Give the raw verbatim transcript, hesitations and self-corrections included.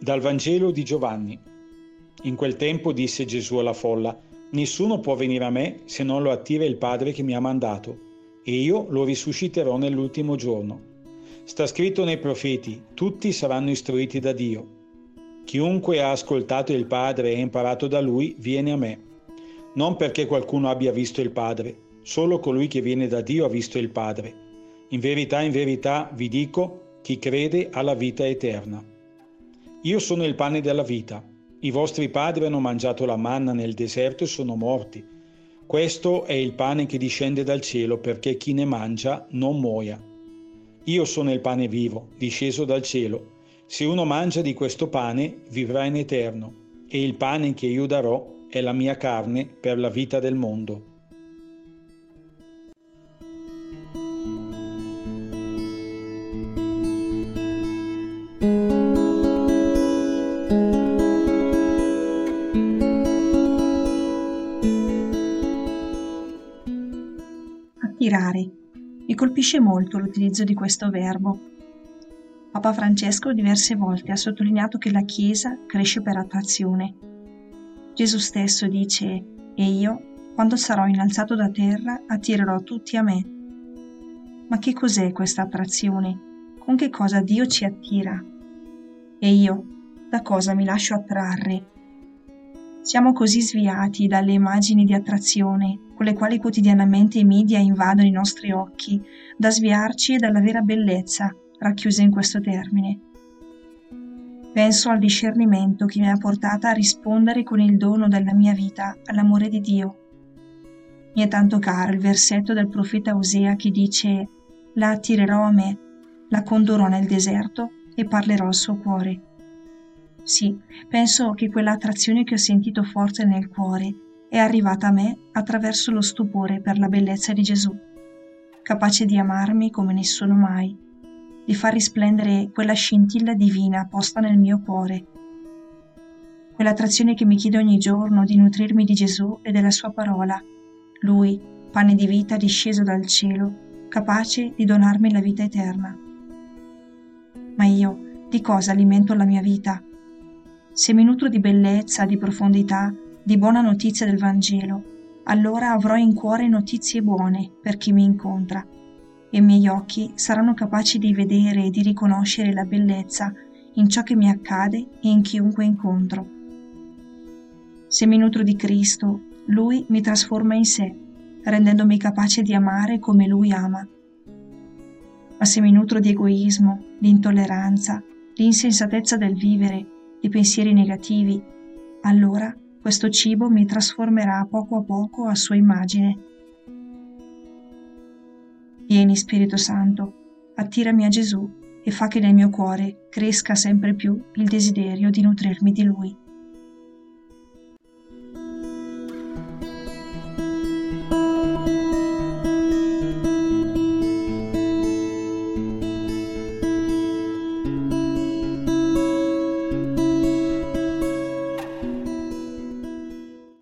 Dal Vangelo di Giovanni. In quel tempo disse Gesù alla folla: «Nessuno può venire a me se non lo attira il Padre che mi ha mandato, e io lo risusciterò nell'ultimo giorno. Sta scritto nei profeti: tutti saranno istruiti da Dio. Chiunque ha ascoltato il Padre e imparato da Lui viene a me. Non perché qualcuno abbia visto il Padre, solo colui che viene da Dio ha visto il Padre. In verità, in verità vi dico, chi crede ha la vita eterna. Io sono il pane della vita. I vostri padri hanno mangiato la manna nel deserto e sono morti. Questo è il pane che discende dal cielo, perché chi ne mangia non muoia. Io sono il pane vivo, disceso dal cielo. Se uno mangia di questo pane, vivrà in eterno, e il pane che io darò è la mia carne per la vita del mondo». Attirare. Mi colpisce molto l'utilizzo di questo verbo. Papa Francesco diverse volte ha sottolineato che la Chiesa cresce per attrazione. Gesù stesso dice: «E io, quando sarò innalzato da terra, attirerò tutti a me». Ma che cos'è questa attrazione? Con che cosa Dio ci attira? E io, da cosa mi lascio attrarre? Siamo così sviati dalle immagini di attrazione con le quali quotidianamente i media invadono i nostri occhi, da sviarci dalla vera bellezza racchiusa in questo termine. Penso al discernimento che mi ha portata a rispondere con il dono della mia vita all'amore di Dio. Mi è tanto caro il versetto del profeta Osea che dice: «La attirerò a me, la condurrò nel deserto e parlerò al suo cuore». Sì, penso che quella attrazione che ho sentito forte nel cuore è arrivata a me attraverso lo stupore per la bellezza di Gesù, capace di amarmi come nessuno mai, di far risplendere quella scintilla divina posta nel mio cuore. Quell'attrazione che mi chiede ogni giorno di nutrirmi di Gesù e della sua parola, Lui, pane di vita disceso dal cielo, capace di donarmi la vita eterna. Ma io, di cosa alimento la mia vita? Se mi nutro di bellezza, di profondità, di buona notizia del Vangelo, allora avrò in cuore notizie buone per chi mi incontra, e i miei occhi saranno capaci di vedere e di riconoscere la bellezza in ciò che mi accade e in chiunque incontro. Se mi nutro di Cristo, Lui mi trasforma in sé, rendendomi capace di amare come Lui ama. Ma se mi nutro di egoismo, di intolleranza, di insensatezza del vivere, di pensieri negativi, allora questo cibo mi trasformerà poco a poco a sua immagine. Vieni, Spirito Santo, attirami a Gesù e fa che nel mio cuore cresca sempre più il desiderio di nutrirmi di Lui.